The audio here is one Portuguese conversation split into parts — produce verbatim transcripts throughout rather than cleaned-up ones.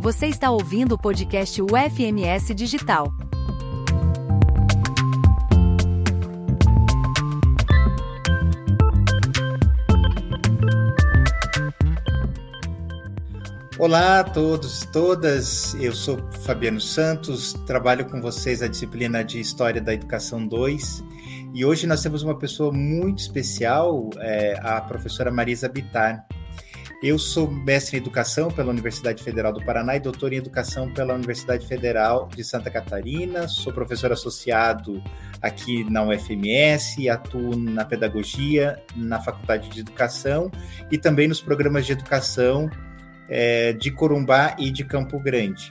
Você está ouvindo o podcast U F M S Digital. Olá a todos e todas, eu sou Fabiano Santos, trabalho com vocês a disciplina de História da Educação dois e hoje nós temos uma pessoa muito especial, é, a professora Marisa Bittar. Eu sou mestre em Educação pela Universidade Federal do Paraná e doutor em Educação pela Universidade Federal de Santa Catarina, sou professor associado aqui na U F M S, atuo na Pedagogia, na Faculdade de Educação e também nos programas de Educação de Corumbá e de Campo Grande.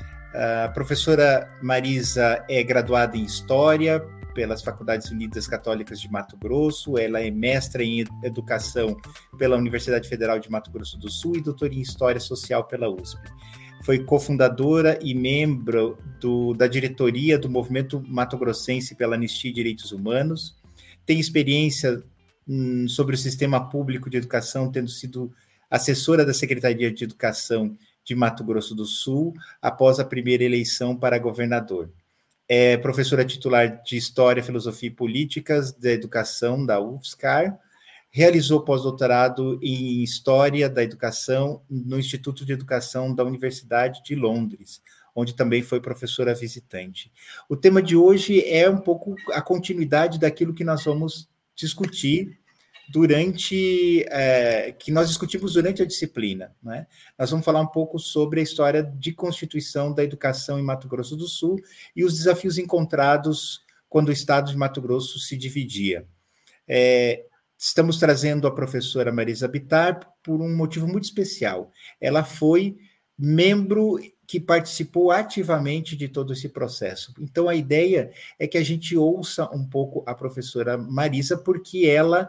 A professora Marisa é graduada em História pelas Faculdades Unidas Católicas de Mato Grosso, ela é mestra em Educação pela Universidade Federal de Mato Grosso do Sul e doutora em História Social pela U S P. Foi cofundadora e membro do, da diretoria do Movimento Mato Grossense pela Anistia e Direitos Humanos, tem experiência hum, sobre o sistema público de educação, tendo sido assessora da Secretaria de Educação de Mato Grosso do Sul, após a primeira eleição para governador. É professora titular de História, Filosofia e Políticas da Educação da U F S C ar, realizou pós-doutorado em História da Educação no Instituto de Educação da Universidade de Londres, onde também foi professora visitante. O tema de hoje é um pouco a continuidade daquilo que nós vamos discutir durante, é, que nós discutimos durante a disciplina, né? Nós vamos falar um pouco sobre a história de constituição da educação em Mato Grosso do Sul e os desafios encontrados quando o estado de Mato Grosso se dividia. É, estamos trazendo a professora Marisa Bittar por um motivo muito especial. Ela foi membro que participou ativamente de todo esse processo. Então, a ideia é que a gente ouça um pouco a professora Marisa, porque ela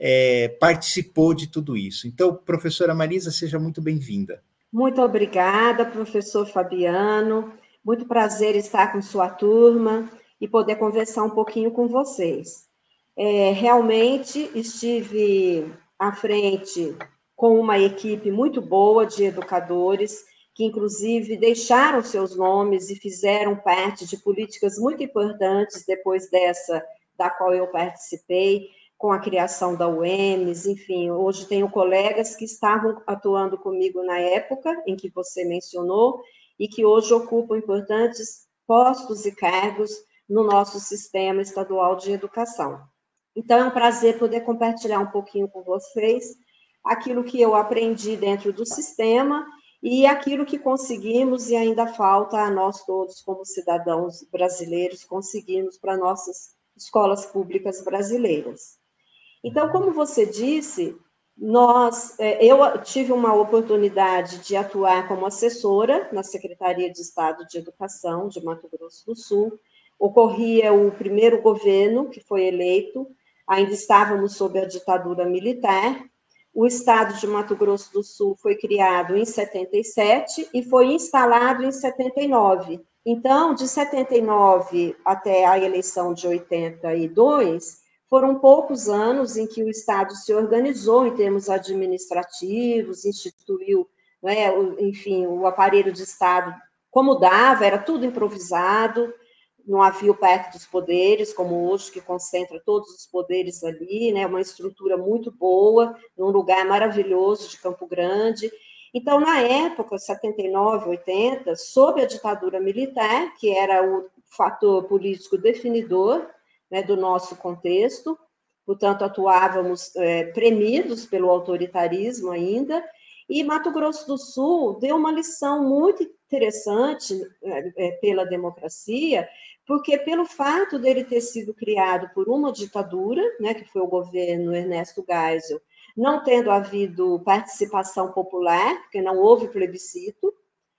É, participou de tudo isso. Então, professora Marisa, seja muito bem-vinda. Muito obrigada, professor Fabiano. Muito prazer estar com sua turma e poder conversar um pouquinho com vocês. É, realmente estive à frente com uma equipe muito boa de educadores, que inclusive deixaram seus nomes e fizeram parte de políticas muito importantes depois dessa, da qual eu participei, com a criação da U E M S, enfim, hoje tenho colegas que estavam atuando comigo na época em que você mencionou e que hoje ocupam importantes postos e cargos no nosso sistema estadual de educação. Então, é um prazer poder compartilhar um pouquinho com vocês aquilo que eu aprendi dentro do sistema e aquilo que conseguimos e ainda falta a nós todos, como cidadãos brasileiros, conseguirmos para nossas escolas públicas brasileiras. Então, como você disse, nós, eu tive uma oportunidade de atuar como assessora na Secretaria de Estado de Educação de Mato Grosso do Sul. Ocorria o primeiro governo que foi eleito, ainda estávamos sob a ditadura militar. O Estado de Mato Grosso do Sul foi criado em setenta e sete e foi instalado em setenta e nove. Então, de setenta e nove até a eleição de oitenta e dois, foram poucos anos em que o Estado se organizou em termos administrativos, instituiu, né, o, enfim, o aparelho de Estado como dava, era tudo improvisado, não havia o Pacto dos Poderes, como hoje, que concentra todos os poderes ali, né, uma estrutura muito boa, num lugar maravilhoso de Campo Grande. Então, na época, setenta e nove, oitenta, sob a ditadura militar, que era o fator político definidor, né, do nosso contexto, portanto, atuávamos é, premidos pelo autoritarismo ainda, e Mato Grosso do Sul deu uma lição muito interessante é, pela democracia, porque pelo fato dele ter sido criado por uma ditadura, né, que foi o governo Ernesto Geisel, não tendo havido participação popular, porque não houve plebiscito,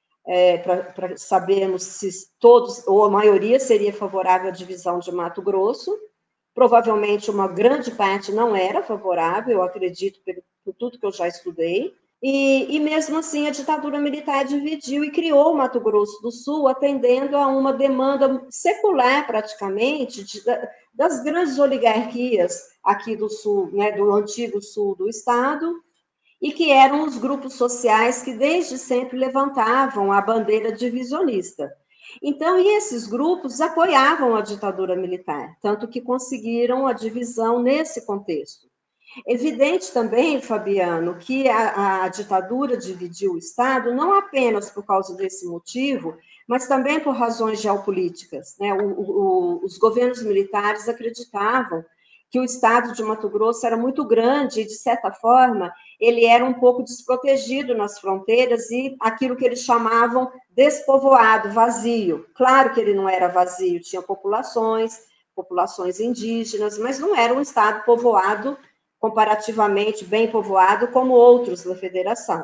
É, para sabermos se todos, ou a maioria, seria favorável à divisão de Mato Grosso. Provavelmente uma grande parte não era favorável, eu acredito, por, por tudo que eu já estudei. E, e mesmo assim a ditadura militar dividiu e criou o Mato Grosso do Sul, atendendo a uma demanda secular, praticamente, de, das grandes oligarquias aqui do sul, né, do antigo sul do estado, e que eram os grupos sociais que desde sempre levantavam a bandeira divisionista. Então, e esses grupos apoiavam a ditadura militar, tanto que conseguiram a divisão nesse contexto. Evidente também, Fabiano, que a, a ditadura dividiu o Estado não apenas por causa desse motivo, mas também por razões geopolíticas, né? O, o, os governos militares acreditavam que o Estado de Mato Grosso era muito grande e, de certa forma, ele era um pouco desprotegido nas fronteiras e aquilo que eles chamavam despovoado, vazio. Claro que ele não era vazio, tinha populações, populações indígenas, mas não era um Estado povoado, comparativamente bem povoado, como outros da federação.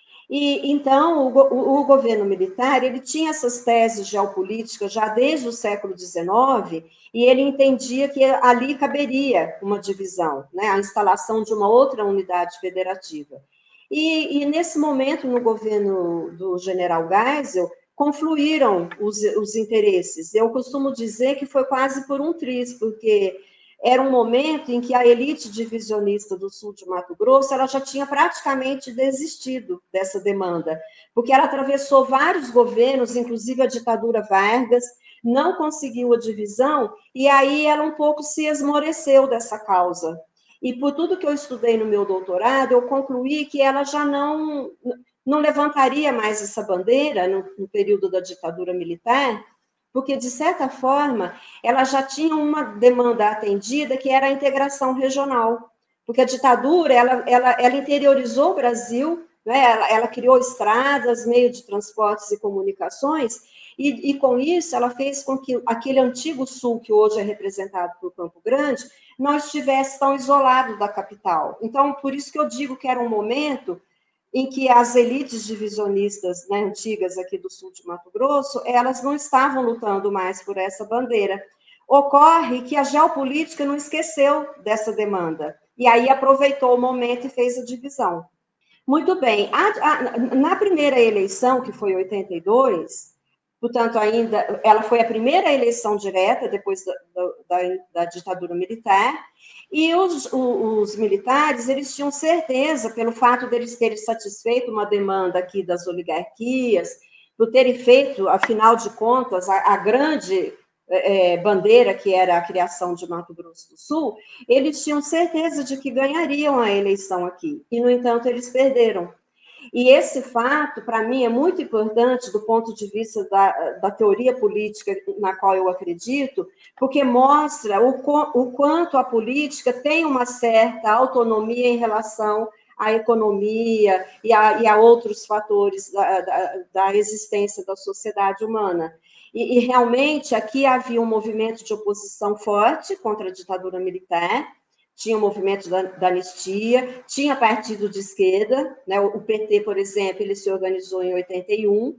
E, então, o, o, o governo militar, ele tinha essas teses geopolíticas já desde o século dezenove, e ele entendia que ali caberia uma divisão, né, a instalação de uma outra unidade federativa. E, e nesse momento, no governo do general Geisel, confluíram os, os interesses. Eu costumo dizer que foi quase por um triz, porque era um momento em que a elite divisionista do sul de Mato Grosso ela já tinha praticamente desistido dessa demanda, porque ela atravessou vários governos, inclusive a ditadura Vargas, não conseguiu a divisão, e aí ela um pouco se esmoreceu dessa causa. E por tudo que eu estudei no meu doutorado, eu concluí que ela já não, não levantaria mais essa bandeira no, no período da ditadura militar, porque, de certa forma, ela já tinha uma demanda atendida, que era a integração regional, porque a ditadura, ela, ela, ela interiorizou o Brasil, né? ela, ela criou estradas, meio de transportes e comunicações, e, e, com isso, ela fez com que aquele antigo sul, que hoje é representado por Campo Grande, não estivesse tão isolado da capital. Então, por isso que eu digo que era um momento em que as elites divisionistas, né, antigas aqui do sul de Mato Grosso, elas não estavam lutando mais por essa bandeira. Ocorre que a geopolítica não esqueceu dessa demanda, e aí aproveitou o momento e fez a divisão. Muito bem, a, a, na primeira eleição, que foi em oitenta e dois, portanto, ainda, ela foi a primeira eleição direta depois da, da, da ditadura militar, e os, os, os militares, eles tinham certeza, pelo fato deles terem satisfeito uma demanda aqui das oligarquias, por terem feito, afinal de contas, a, a grande é, bandeira, que era a criação de Mato Grosso do Sul, eles tinham certeza de que ganhariam a eleição aqui, e, no entanto, eles perderam. E esse fato, para mim, é muito importante do ponto de vista da, da teoria política na qual eu acredito, porque mostra o, o quanto a política tem uma certa autonomia em relação à economia e a, e a outros fatores da, da, da existência da sociedade humana. E, e, realmente, aqui havia um movimento de oposição forte contra a ditadura militar, tinha o movimento da, da anistia, tinha partido de esquerda, né? O P T, por exemplo, ele se organizou em oitenta e um,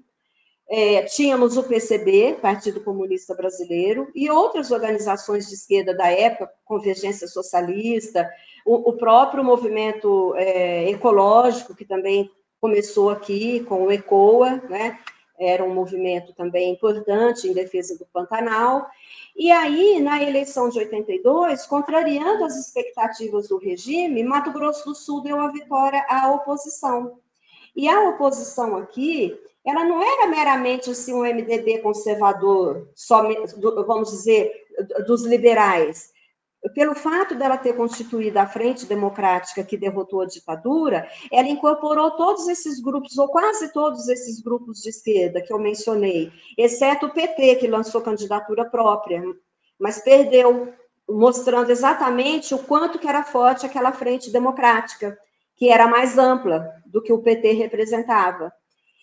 é, tínhamos o P C B, Partido Comunista Brasileiro, e outras organizações de esquerda da época, Convergência Socialista, o, o próprio movimento é, ecológico, que também começou aqui com o ECOA, né? Era um movimento também importante em defesa do Pantanal. E aí, na eleição de oitenta e dois, contrariando as expectativas do regime, Mato Grosso do Sul deu a vitória à oposição. E a oposição aqui, ela não era meramente assim, um M D B conservador, só, vamos dizer, dos liberais. Pelo fato dela ter constituído a Frente Democrática que derrotou a ditadura, ela incorporou todos esses grupos, ou quase todos esses grupos de esquerda que eu mencionei, exceto o P T, que lançou candidatura própria, mas perdeu, mostrando exatamente o quanto que era forte aquela Frente Democrática, que era mais ampla do que o P T representava.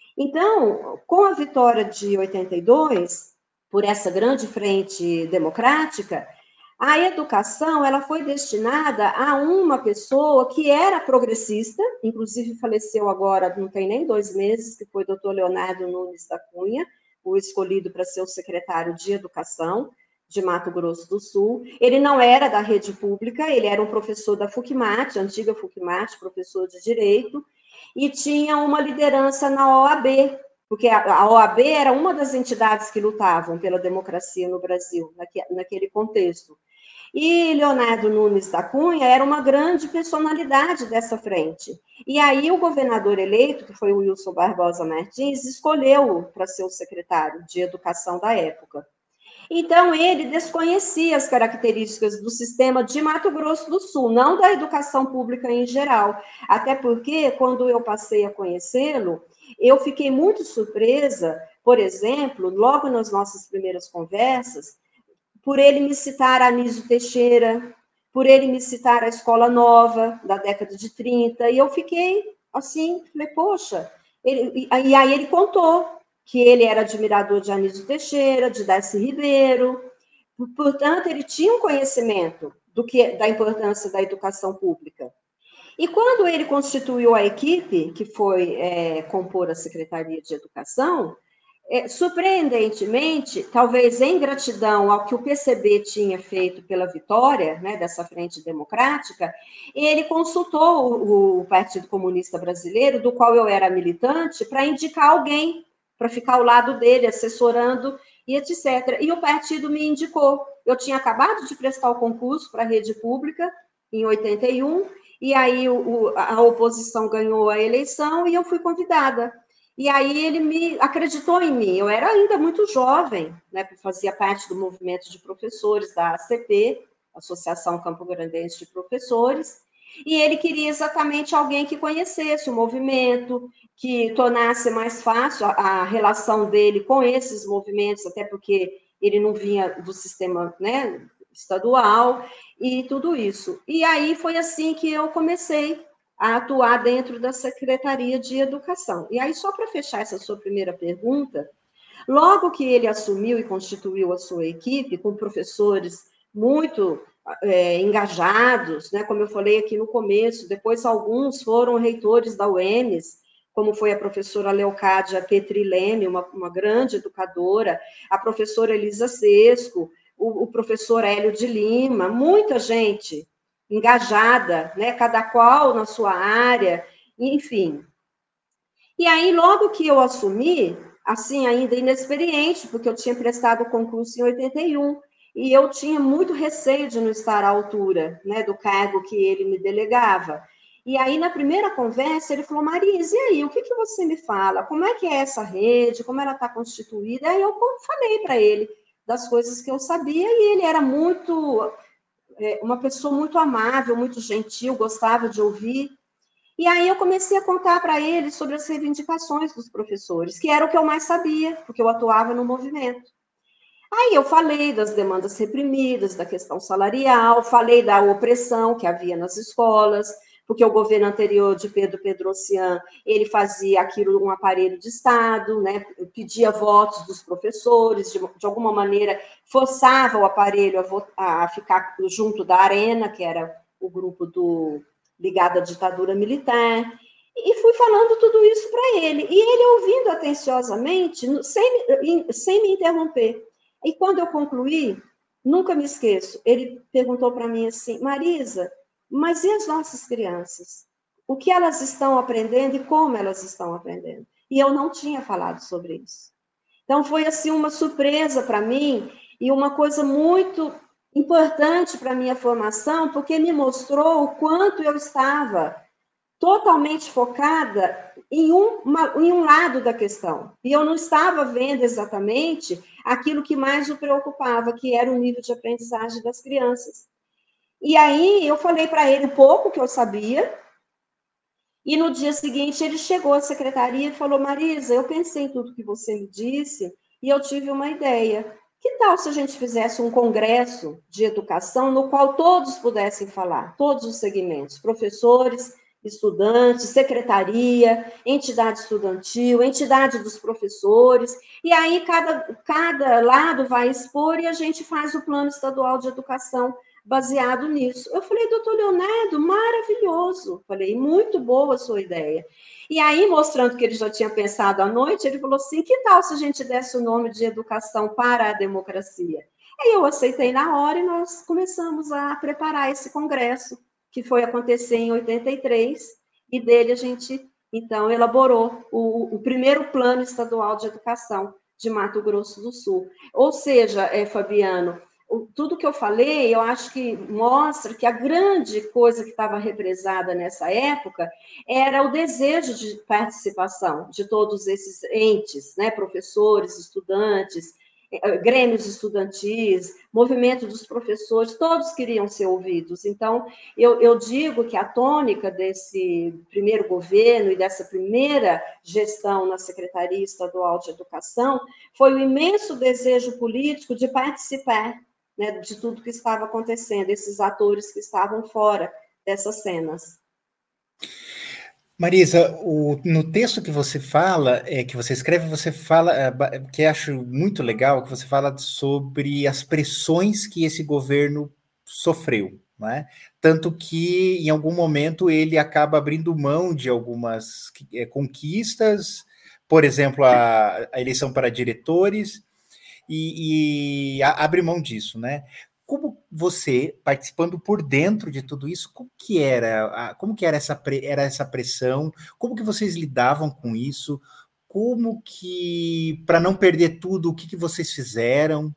Então, com a vitória de oitenta e dois, por essa grande Frente Democrática, a educação ela foi destinada a uma pessoa que era progressista, inclusive faleceu agora, não tem nem dois meses, que foi o doutor Leonardo Nunes da Cunha, o escolhido para ser o secretário de Educação de Mato Grosso do Sul. Ele não era da rede pública, ele era um professor da FUCMAT, antiga FUCMAT, professor de Direito, e tinha uma liderança na O A B, porque a O A B era uma das entidades que lutavam pela democracia no Brasil, naquele contexto. E Leonardo Nunes da Cunha era uma grande personalidade dessa frente. E aí o governador eleito, que foi o Wilson Barbosa Martins, escolheu-o para ser o secretário de Educação da época. Então, ele desconhecia as características do sistema de Mato Grosso do Sul, não da educação pública em geral. Até porque, quando eu passei a conhecê-lo, eu fiquei muito surpresa, por exemplo, logo nas nossas primeiras conversas, por ele me citar Anísio Teixeira, por ele me citar a Escola Nova, da década de trinta, e eu fiquei assim, falei, poxa, ele, e aí ele contou que ele era admirador de Anísio Teixeira, de Darcy Ribeiro, portanto, ele tinha um conhecimento do que, da importância da educação pública. E quando ele constituiu a equipe, que foi é, compor a Secretaria de Educação, é, surpreendentemente, talvez em gratidão ao que o P C B tinha feito pela vitória, né, dessa frente democrática, ele consultou o, o Partido Comunista Brasileiro, do qual eu era militante, para indicar alguém para ficar ao lado dele, assessorando e etcétera. E o partido me indicou. Eu tinha acabado de prestar o concurso para a rede pública, em oitenta e um, e aí o, a oposição ganhou a eleição e eu fui convidada. E aí ele me acreditou em mim. Eu era ainda muito jovem, né, fazia parte do movimento de professores da A C P, Associação Campo Grandense de Professores, e ele queria exatamente alguém que conhecesse o movimento, que tornasse mais fácil a, a relação dele com esses movimentos, até porque ele não vinha do sistema, né, estadual, e tudo isso. E aí foi assim que eu comecei a atuar dentro da Secretaria de Educação. E aí, só para fechar essa sua primeira pergunta, logo que ele assumiu e constituiu a sua equipe, com professores muito é, engajados, né, como eu falei aqui no começo, depois alguns foram reitores da U E M S, como foi a professora Leocádia Petrileme, uma, uma grande educadora, a professora Elisa Sesco, o, o professor Hélio de Lima, muita gente engajada, né, cada qual na sua área, enfim. E aí, logo que eu assumi, assim, ainda inexperiente, porque eu tinha prestado o concurso em oitenta e um, e eu tinha muito receio de não estar à altura, né, do cargo que ele me delegava. E aí, na primeira conversa, ele falou, Marisa, e aí, o que, que você me fala? Como é que é essa rede? Como ela está constituída? Aí eu falei para ele das coisas que eu sabia, e ele era muito... uma pessoa muito amável, muito gentil, gostava de ouvir. E aí eu comecei a contar para ele sobre as reivindicações dos professores, que era o que eu mais sabia, porque eu atuava no movimento. Aí eu falei das demandas reprimidas, da questão salarial, falei da opressão que havia nas escolas, porque o governo anterior de Pedro Pedrocian, ele fazia aquilo um aparelho de Estado, né, pedia votos dos professores, de, de alguma maneira forçava o aparelho a, a ficar junto da Arena, que era o grupo do, ligado à ditadura militar, e fui falando tudo isso para ele, e ele ouvindo atenciosamente, sem, sem me interromper. E quando eu concluí, nunca me esqueço, ele perguntou para mim assim, Marisa, mas e as nossas crianças? O que elas estão aprendendo e como elas estão aprendendo? E eu não tinha falado sobre isso. Então, foi assim uma surpresa para mim e uma coisa muito importante para a minha formação, porque me mostrou o quanto eu estava totalmente focada em um, uma, em um lado da questão. E eu não estava vendo exatamente aquilo que mais o preocupava, que era o nível de aprendizagem das crianças. E aí eu falei para ele um pouco que eu sabia, e no dia seguinte ele chegou à secretaria e falou, Marisa, eu pensei em tudo que você me disse e eu tive uma ideia. Que tal se a gente fizesse um congresso de educação no qual todos pudessem falar, todos os segmentos, professores, estudantes, secretaria, entidade estudantil, entidade dos professores, e aí cada, cada lado vai expor e a gente faz o plano estadual de educação baseado nisso. Eu falei, doutor Leonardo, maravilhoso. Falei, muito boa a sua ideia. E aí, mostrando que ele já tinha pensado à noite, ele falou assim, que tal se a gente desse o nome de Educação para a Democracia? Aí eu aceitei na hora e nós começamos a preparar esse congresso, que foi acontecer em oitenta e três, e dele a gente, então, elaborou o, o primeiro Plano Estadual de Educação de Mato Grosso do Sul. Ou seja, é, Fabiano, tudo que eu falei, eu acho que mostra que a grande coisa que estava represada nessa época era o desejo de participação de todos esses entes, né, professores, estudantes, grêmios estudantis, movimento dos professores, todos queriam ser ouvidos. Então, eu, eu digo que a tônica desse primeiro governo e dessa primeira gestão na Secretaria Estadual de Educação foi o imenso desejo político de participar, né, de tudo que estava acontecendo, esses atores que estavam fora dessas cenas. Marisa, o, no texto que você fala, é, que você escreve, você fala, é, que eu acho muito legal, que você fala sobre as pressões que esse governo sofreu, né? Tanto que, em algum momento, ele acaba abrindo mão de algumas é, conquistas, por exemplo, a, a eleição para diretores, e, e a, abre mão disso, né? Como você, participando por dentro de tudo isso, como que era, como que era essa, era essa pressão? Como que vocês lidavam com isso? Como que, para não perder tudo, o que, que vocês fizeram?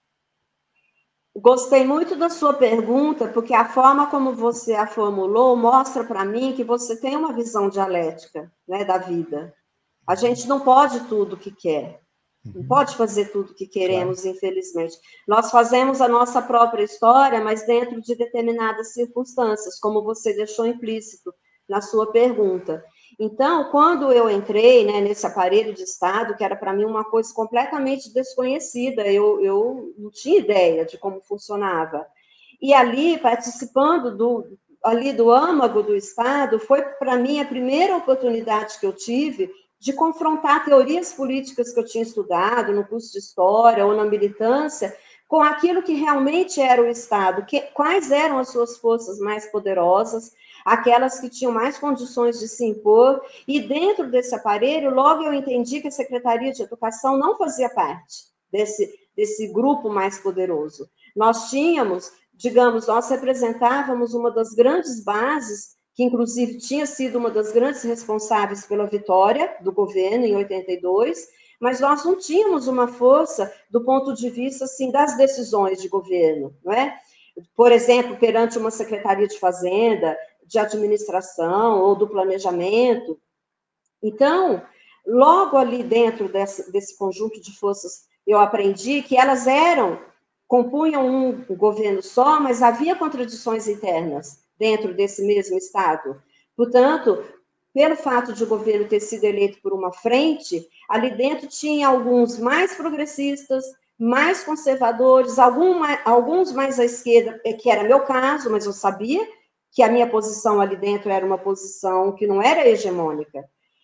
Gostei muito da sua pergunta, porque a forma como você a formulou mostra para mim que você tem uma visão dialética, né, da vida. A gente não pode tudo o que quer. Não pode fazer tudo o que queremos, claro. Infelizmente. Nós fazemos a nossa própria história, mas dentro de determinadas circunstâncias, como você deixou implícito na sua pergunta. Então, quando eu entrei, né, nesse aparelho de Estado, que era para mim uma coisa completamente desconhecida, eu, eu não tinha ideia de como funcionava. E ali, participando do, ali do âmago do Estado, foi para mim a primeira oportunidade que eu tive de confrontar teorias políticas que eu tinha estudado no curso de História ou na militância, com aquilo que realmente era o Estado, que, quais eram as suas forças mais poderosas, aquelas que tinham mais condições de se impor, e dentro desse aparelho, logo eu entendi que a Secretaria de Educação não fazia parte desse, desse grupo mais poderoso. Nós tínhamos, digamos, nós representávamos uma das grandes bases, que inclusive tinha sido uma das grandes responsáveis pela vitória do governo em oitenta e dois, mas nós não tínhamos uma força do ponto de vista assim, das decisões de governo, não é? Por exemplo, perante uma Secretaria de Fazenda, de Administração ou do Planejamento. Então, logo ali dentro desse, desse conjunto de forças, eu aprendi que elas eram, compunham um governo só, mas havia contradições internas dentro desse mesmo Estado. Portanto, pelo fato de o governo ter sido eleito por uma frente, ali dentro tinha alguns mais progressistas, mais conservadores, algum, alguns mais à esquerda, que era meu caso, mas eu sabia que a minha posição ali dentro era uma posição que não era hegemônica.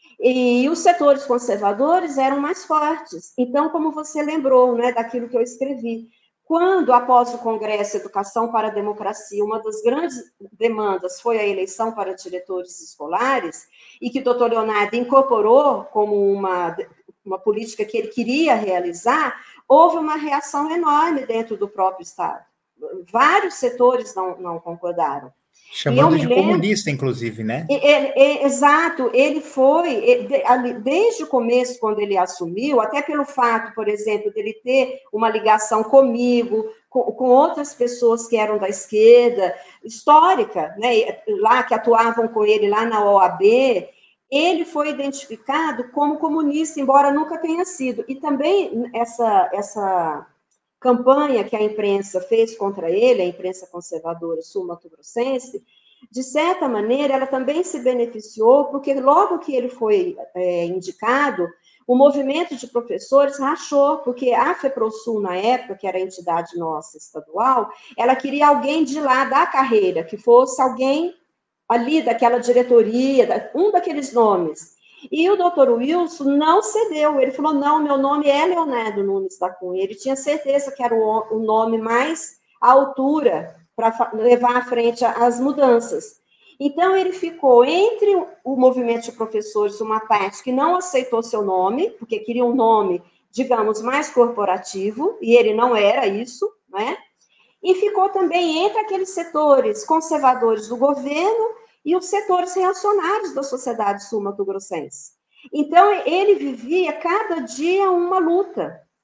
E os setores conservadores eram mais fortes. Então, como você lembrou, né, daquilo que eu escrevi, quando, após o Congresso Educação para a Democracia, uma das grandes demandas foi a eleição para diretores escolares, e que o doutor Leonardo incorporou como uma, uma política que ele queria realizar, houve uma reação enorme dentro do próprio Estado. Vários setores não, não concordaram. Chamando de lembro, comunista, inclusive, né? Ele, ele, exato, ele foi, ele, desde o começo, quando ele assumiu, até pelo fato, por exemplo, dele ter uma ligação comigo, com, com outras pessoas que eram da esquerda, histórica, né, lá, que atuavam com ele lá na O A B, ele foi identificado como comunista, embora nunca tenha sido. E também essa... essa campanha que a imprensa fez contra ele, a imprensa conservadora sul-mato-grossense, de certa maneira, ela também se beneficiou, porque logo que ele foi é, indicado, o movimento de professores rachou, porque a FEPROSUL, na época, que era a entidade nossa estadual, ela queria alguém de lá da carreira, que fosse alguém ali daquela diretoria, um daqueles nomes. E o doutor Wilson não cedeu, ele falou, não, meu nome é Leonardo Nunes da Cunha, ele tinha certeza que era o, o nome mais à altura para levar à frente as mudanças. Então, ele ficou entre o movimento de professores, uma parte que não aceitou seu nome, porque queria um nome, digamos, mais corporativo, e ele não era isso, né? E ficou também entre aqueles setores conservadores do governo e os setores reacionários da sociedade sul-mato-grossense. Então, ele vivia cada dia uma luta.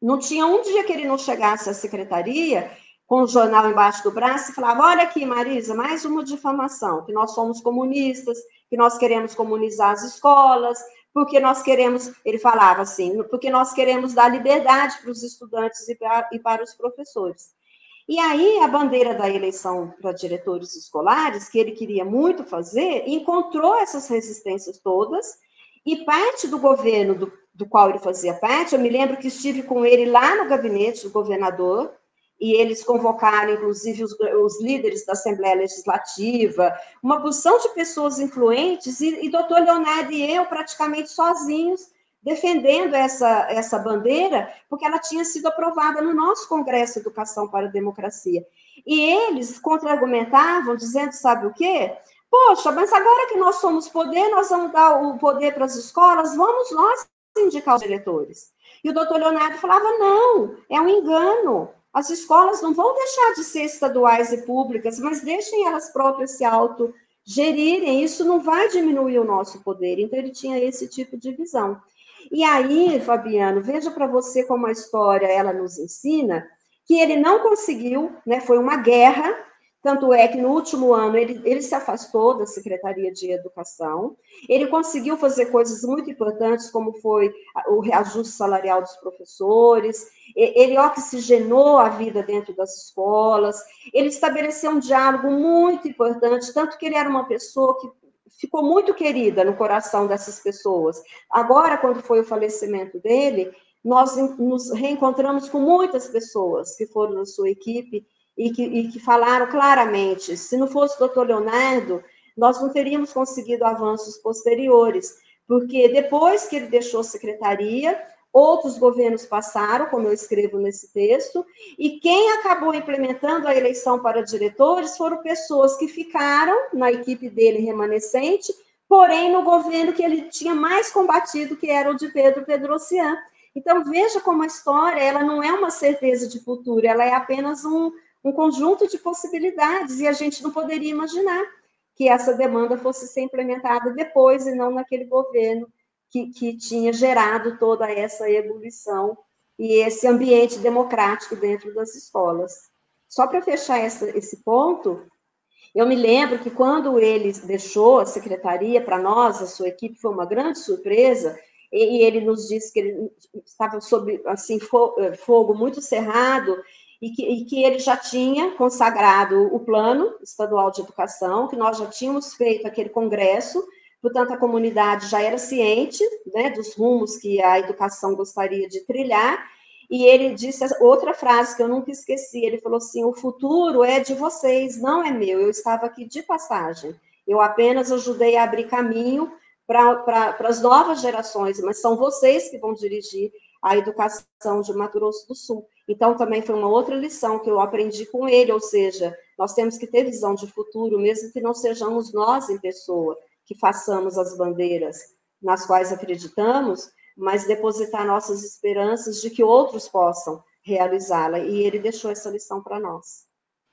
Não tinha um dia que ele não chegasse à secretaria com o jornal embaixo do braço e falava, olha aqui, Marisa, mais uma difamação, que nós somos comunistas, que nós queremos comunizar as escolas, porque nós queremos, ele falava assim, porque nós queremos dar liberdade para os estudantes e para, e para os professores. E aí, a bandeira da eleição para diretores escolares, que ele queria muito fazer, encontrou essas resistências todas, e parte do governo do, do qual ele fazia parte, eu me lembro que estive com ele lá no gabinete do governador, e eles convocaram, inclusive, os, os líderes da Assembleia Legislativa, uma porção de pessoas influentes, e, e doutor Leonardo e eu, praticamente sozinhos, defendendo essa, essa bandeira, porque ela tinha sido aprovada no nosso Congresso Educação para a Democracia. E eles contra-argumentavam, dizendo, sabe o quê? Poxa, mas agora que nós somos poder, nós vamos dar o poder para as escolas, vamos nós indicar os diretores. E o doutor Leonardo falava, não, é um engano. As escolas não vão deixar de ser estaduais e públicas, mas deixem elas próprias se autogerirem, isso não vai diminuir o nosso poder. Então, ele tinha esse tipo de visão. E aí, Fabiano, veja para você como a história ela nos ensina que ele não conseguiu, né, foi uma guerra, tanto é que no último ano ele, ele se afastou da Secretaria de Educação, ele conseguiu fazer coisas muito importantes, como foi o reajuste salarial dos professores, ele oxigenou a vida dentro das escolas, ele estabeleceu um diálogo muito importante, tanto que ele era uma pessoa que ficou muito querida no coração dessas pessoas. Agora, quando foi o falecimento dele, nós nos reencontramos com muitas pessoas que foram da sua equipe e que, e que falaram claramente, se não fosse o doutor Leonardo, nós não teríamos conseguido avanços posteriores, porque depois que ele deixou a secretaria, outros governos passaram, como eu escrevo nesse texto, e quem acabou implementando a eleição para diretores foram pessoas que ficaram na equipe dele remanescente, porém no governo que ele tinha mais combatido, que era o de Pedro Pedrocian. Então, veja como a história ela não é uma certeza de futuro, ela é apenas um, um conjunto de possibilidades, e a gente não poderia imaginar que essa demanda fosse ser implementada depois e não naquele governo que, que tinha gerado toda essa ebulição e esse ambiente democrático dentro das escolas. Só para fechar essa, esse ponto, eu me lembro que quando ele deixou a secretaria para nós, a sua equipe, foi uma grande surpresa, e, e ele nos disse que ele estava sob assim, fogo muito cerrado, e que, e que ele já tinha consagrado o Plano Estadual de Educação, que nós já tínhamos feito aquele congresso, portanto, a comunidade já era ciente, né, dos rumos que a educação gostaria de trilhar, e ele disse outra frase que eu nunca esqueci, ele falou assim, o futuro é de vocês, não é meu, eu estava aqui de passagem, eu apenas ajudei a abrir caminho para para as novas gerações, mas são vocês que vão dirigir a educação de Mato Grosso do Sul. Então, também foi uma outra lição que eu aprendi com ele, ou seja, nós temos que ter visão de futuro, mesmo que não sejamos nós em pessoa, que façamos as bandeiras nas quais acreditamos, mas depositar nossas esperanças de que outros possam realizá-la, e ele deixou essa lição para nós.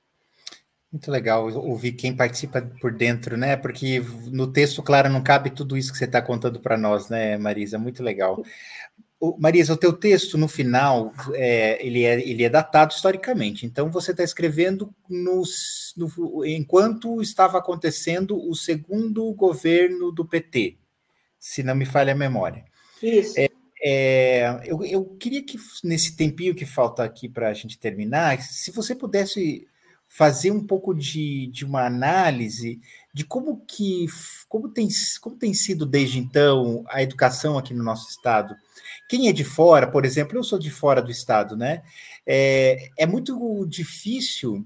Muito legal ouvir quem participa por dentro, né? Porque no texto, claro, não cabe tudo isso que você está contando para nós, né, Marisa? Muito legal. O, Marisa, o teu texto, no final, é, ele, é, ele é datado historicamente, então você está escrevendo nos, no, enquanto estava acontecendo o segundo governo do P T, se não me falha a memória. Isso. É, é, eu, eu queria que, nesse tempinho que falta aqui para a gente terminar, se você pudesse fazer um pouco de, de uma análise de como que como tem, como tem sido desde então a educação aqui no nosso estado. Quem é de fora, por exemplo, eu sou de fora do estado, né? É, é muito difícil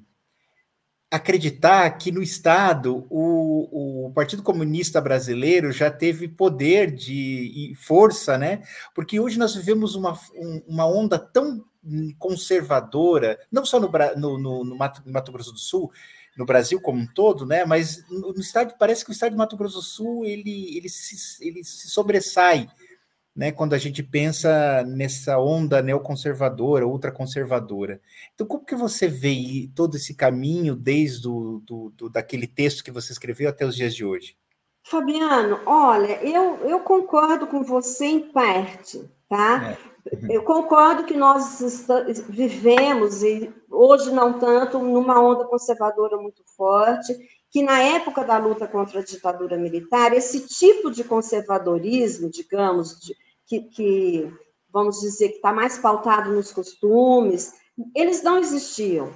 acreditar que no estado o, o Partido Comunista Brasileiro já teve poder de, e força, né? Porque hoje nós vivemos uma, uma onda tão conservadora, não só no, no, no, no, Mato, no Mato Grosso do Sul, no Brasil como um todo, né? Mas no, no estado, parece que o estado de Mato Grosso do Sul ele, ele, se, ele se sobressai, né, quando a gente pensa nessa onda neoconservadora, ultraconservadora. Então, como que você vê todo esse caminho desde do, do, do, daquele texto que você escreveu até os dias de hoje? Fabiano, olha, eu, eu concordo com você em parte, tá? É. Eu concordo que nós vivemos, e hoje não tanto, numa onda conservadora muito forte, que na época da luta contra a ditadura militar, esse tipo de conservadorismo, digamos, de, que, que, vamos dizer, que está mais pautado nos costumes, eles não existiam.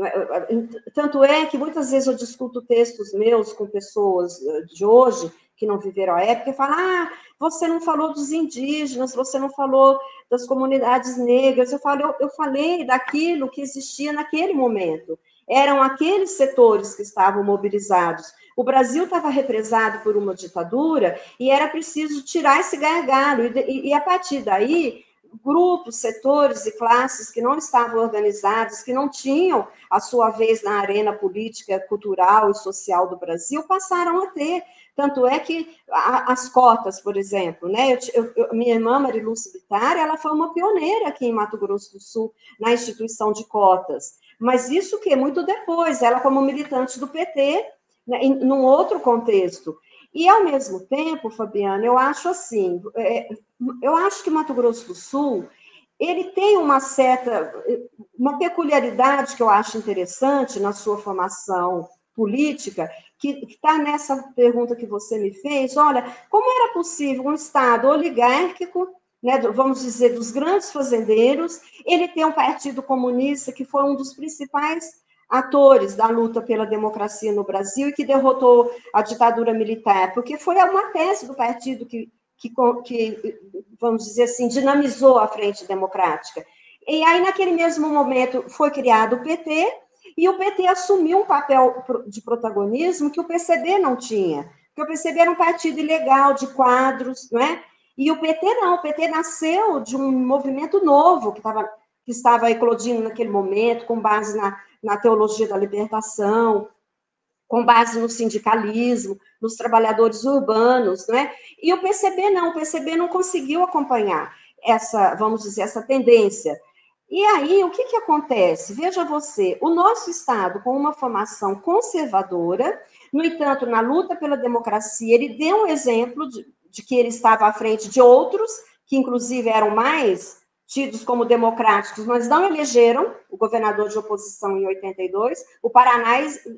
Tanto é que muitas vezes eu discuto textos meus com pessoas de hoje, que não viveram a época, e falam, ah, você não falou dos indígenas, você não falou das comunidades negras. Eu, falo, eu, eu falei daquilo que existia naquele momento. Eram aqueles setores que estavam mobilizados. O Brasil estava represado por uma ditadura e era preciso tirar esse gargalo. E, e a partir daí, grupos, setores e classes que não estavam organizados, que não tinham a sua vez na arena política, cultural e social do Brasil, passaram a ter. Tanto é que a, as cotas, por exemplo, né? Eu, eu, minha irmã, Marilúcia Bittar, ela foi uma pioneira aqui em Mato Grosso do Sul, na instituição de cotas. Mas isso que muito depois, ela como militante do P T, né, em num outro contexto. E, ao mesmo tempo, Fabiana, eu acho assim, é, eu acho que Mato Grosso do Sul, ele tem uma certa, uma peculiaridade que eu acho interessante na sua formação política, que está nessa pergunta que você me fez, olha, como era possível um Estado oligárquico, né, vamos dizer, dos grandes fazendeiros, ele ter um partido comunista que foi um dos principais atores da luta pela democracia no Brasil e que derrotou a ditadura militar, porque foi uma tese do partido que, que, que vamos dizer assim, dinamizou a Frente Democrática. E aí, naquele mesmo momento, foi criado o P T, e o P T assumiu um papel de protagonismo que o P C B não tinha, porque o P C B era um partido ilegal, de quadros, não é? E o P T não, o P T nasceu de um movimento novo que, tava, que estava eclodindo naquele momento, com base na, na teologia da libertação, com base no sindicalismo, nos trabalhadores urbanos, não é? E o P C B não, o P C B não conseguiu acompanhar essa, vamos dizer, essa tendência. E aí, o que, que acontece? Veja você, o nosso Estado, com uma formação conservadora, no entanto, na luta pela democracia, ele deu um exemplo de, de que ele estava à frente de outros, que inclusive eram mais tidos como democráticos, mas não elegeram o governador de oposição em oitenta e dois, o Paraná,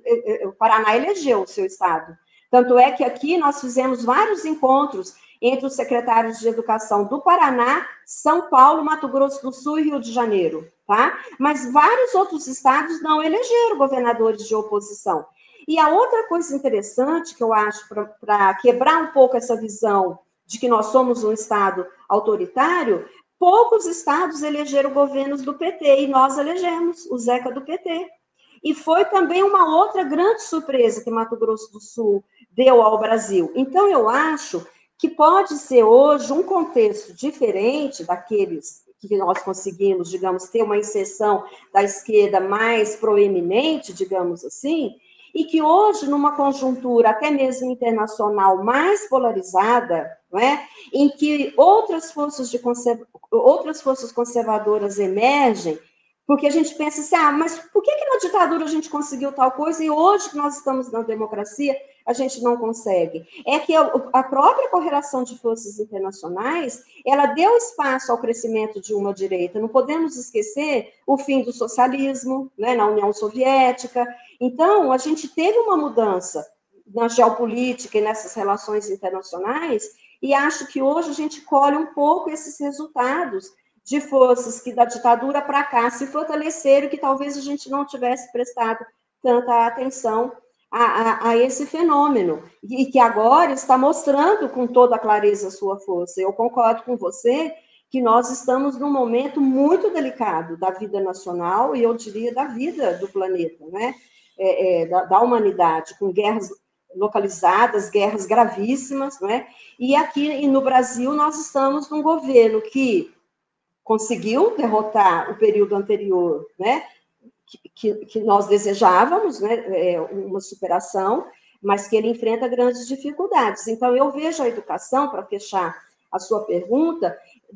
o Paraná elegeu o seu Estado. Tanto é que aqui nós fizemos vários encontros entre os secretários de Educação do Paraná, São Paulo, Mato Grosso do Sul e Rio de Janeiro, tá? Mas vários outros estados não elegeram governadores de oposição. E a outra coisa interessante que eu acho, para quebrar um pouco essa visão de que nós somos um estado autoritário, poucos estados elegeram governos do P T, e nós elegemos o Zeca do P T. E foi também uma outra grande surpresa que Mato Grosso do Sul deu ao Brasil. Então, eu acho que pode ser hoje um contexto diferente daqueles que nós conseguimos, digamos, ter uma inserção da esquerda mais proeminente, digamos assim, e que hoje, numa conjuntura até mesmo internacional mais polarizada, não é? Em que outras forças, de conserv... outras forças conservadoras emergem, porque a gente pensa assim, ah, mas por que, que na ditadura a gente conseguiu tal coisa e hoje que nós estamos na democracia a gente não consegue? É que a própria correlação de forças internacionais, ela deu espaço ao crescimento de uma direita. Não podemos esquecer o fim do socialismo, né, na União Soviética. Então, a gente teve uma mudança na geopolítica e nessas relações internacionais, e acho que hoje a gente colhe um pouco esses resultados de forças que da ditadura para cá se fortaleceram, que talvez a gente não tivesse prestado tanta atenção a, a, a esse fenômeno, e que agora está mostrando com toda a clareza a sua força. Eu concordo com você que nós estamos num momento muito delicado da vida nacional, e eu diria da vida do planeta, né? É, é, da, da humanidade, com guerras localizadas, guerras gravíssimas, né? E aqui e no Brasil nós estamos num governo que conseguiu derrotar o período anterior, né, que, que, que nós desejávamos, né, é, uma superação, mas que ele enfrenta grandes dificuldades. Então, eu vejo a educação, para fechar a sua pergunta,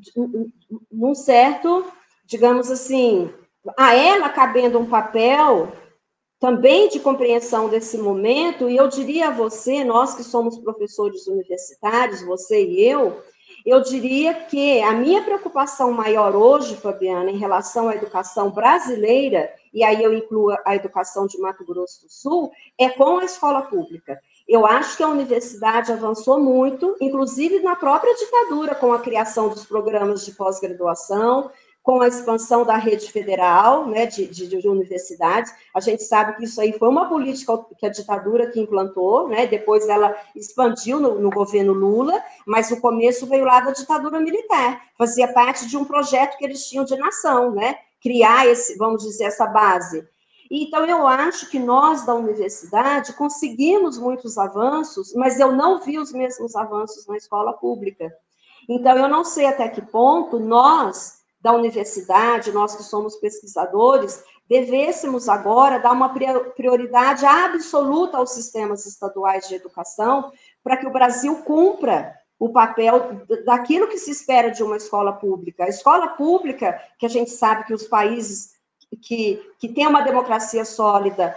num certo, digamos assim, a ela cabendo um papel também de compreensão desse momento, e eu diria a você, nós que somos professores universitários, você e eu, Eu diria que a minha preocupação maior hoje, Fabiana, em relação à educação brasileira, e aí eu incluo a educação de Mato Grosso do Sul, é com a escola pública. Eu acho que a universidade avançou muito, inclusive na própria ditadura, com a criação dos programas de pós-graduação, com a expansão da rede federal, né, de, de, de universidades. A gente sabe que isso aí foi uma política que a ditadura que implantou, né, depois ela expandiu no, no governo Lula, mas o começo veio lá da ditadura militar, fazia parte de um projeto que eles tinham de nação, né, criar esse, vamos dizer, essa base. Então, eu acho que nós, da universidade, conseguimos muitos avanços, mas eu não vi os mesmos avanços na escola pública. Então, eu não sei até que ponto nós, da universidade, nós que somos pesquisadores, devêssemos agora dar uma prioridade absoluta aos sistemas estaduais de educação para que o Brasil cumpra o papel daquilo que se espera de uma escola pública. A escola pública, que a gente sabe que os países que, que têm uma democracia sólida,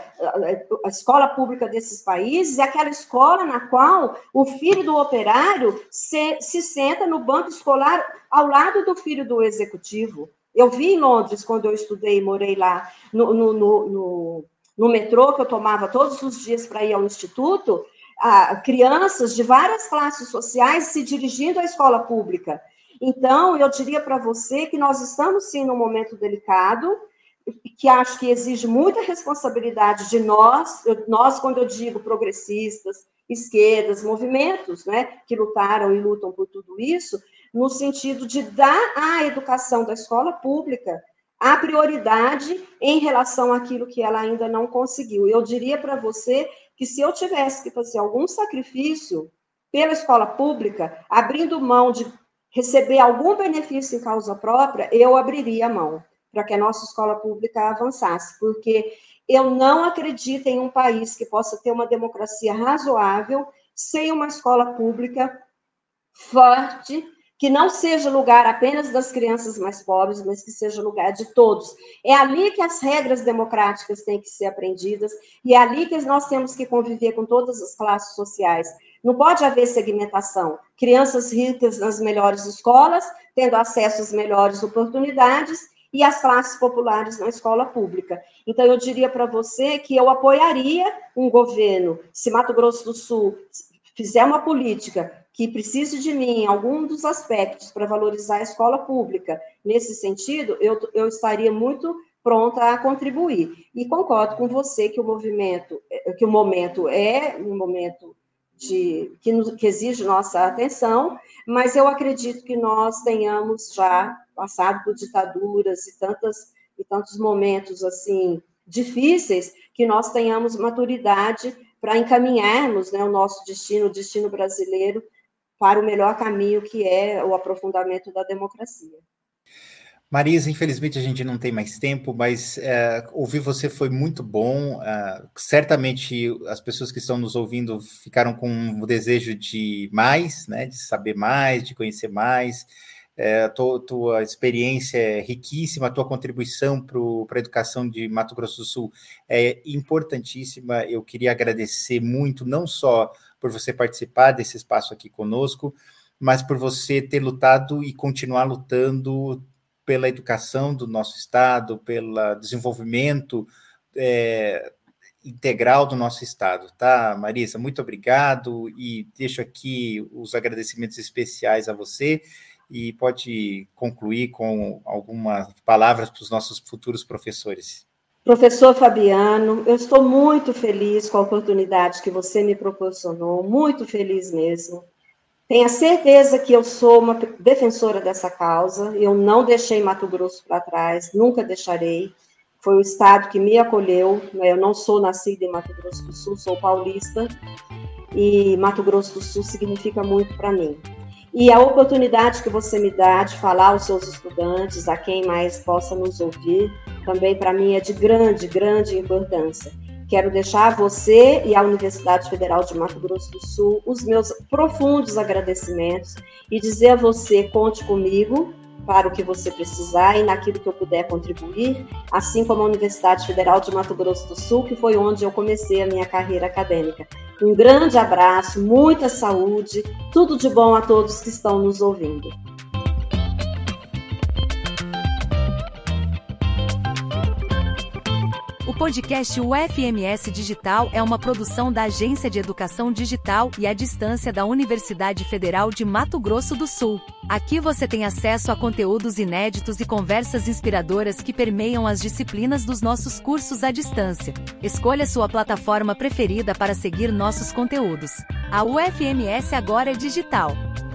a escola pública desses países é aquela escola na qual o filho do operário se, se senta no banco escolar ao lado do filho do executivo. Eu vi em Londres, quando eu estudei e morei lá, no, no, no, no, no metrô, que eu tomava todos os dias para ir ao instituto, a, crianças de várias classes sociais se dirigindo à escola pública. Então, eu diria para você que nós estamos, sim, num momento delicado, que acho que exige muita responsabilidade de nós, eu, nós, quando eu digo progressistas, esquerdas, movimentos, né, que lutaram e lutam por tudo isso, no sentido de dar à educação da escola pública a prioridade em relação àquilo que ela ainda não conseguiu. Eu diria para você que se eu tivesse que fazer algum sacrifício pela escola pública, abrindo mão de receber algum benefício em causa própria, eu abriria a mão para que a nossa escola pública avançasse, porque eu não acredito em um país que possa ter uma democracia razoável sem uma escola pública forte, que não seja lugar apenas das crianças mais pobres, mas que seja lugar de todos. É ali que as regras democráticas têm que ser aprendidas, e é ali que nós temos que conviver com todas as classes sociais. Não pode haver segmentação. Crianças ricas nas melhores escolas, tendo acesso às melhores oportunidades, e as classes populares na escola pública. Então, eu diria para você que eu apoiaria um governo, se Mato Grosso do Sul fizer uma política que precise de mim em algum dos aspectos para valorizar a escola pública, nesse sentido, eu, eu estaria muito pronta a contribuir. E concordo com você que o movimento, que o momento é um momento de, que, nos, que exige nossa atenção, mas eu acredito que nós tenhamos já passado por ditaduras e, tantas, e tantos momentos assim difíceis, que nós tenhamos maturidade para encaminharmos, né, o nosso destino, o destino brasileiro, para o melhor caminho, que é o aprofundamento da democracia. Marisa, infelizmente a gente não tem mais tempo, mas é, ouvir você foi muito bom. É, certamente as pessoas que estão nos ouvindo ficaram com o desejo de mais, né, de saber mais, de conhecer mais. É, tua, tua experiência é riquíssima, a tua contribuição para a educação de Mato Grosso do Sul é importantíssima. Eu queria agradecer muito, não só por você participar desse espaço aqui conosco, mas por você ter lutado e continuar lutando pela educação do nosso estado, pelo desenvolvimento é, integral do nosso estado, tá, Marisa? Muito obrigado, e deixo aqui os agradecimentos especiais a você, e pode concluir com algumas palavras para os nossos futuros professores. Professor Fabiano, eu estou muito feliz com a oportunidade que você me proporcionou, muito feliz mesmo. Tenha certeza que eu sou uma defensora dessa causa, eu não deixei Mato Grosso para trás, nunca deixarei. Foi o estado que me acolheu, né? Eu não sou nascida em Mato Grosso do Sul, sou paulista, e Mato Grosso do Sul significa muito para mim. E a oportunidade que você me dá de falar aos seus estudantes, a quem mais possa nos ouvir, também para mim é de grande, grande importância. Quero deixar a você e à Universidade Federal de Mato Grosso do Sul os meus profundos agradecimentos e dizer a você, conte comigo para o que você precisar e naquilo que eu puder contribuir, assim como a Universidade Federal de Mato Grosso do Sul, que foi onde eu comecei a minha carreira acadêmica. Um grande abraço, muita saúde, tudo de bom a todos que estão nos ouvindo. O podcast U F M S Digital é uma produção da Agência de Educação Digital e à Distância da Universidade Federal de Mato Grosso do Sul. Aqui você tem acesso a conteúdos inéditos e conversas inspiradoras que permeiam as disciplinas dos nossos cursos à distância. Escolha sua plataforma preferida para seguir nossos conteúdos. A U F M S agora é digital.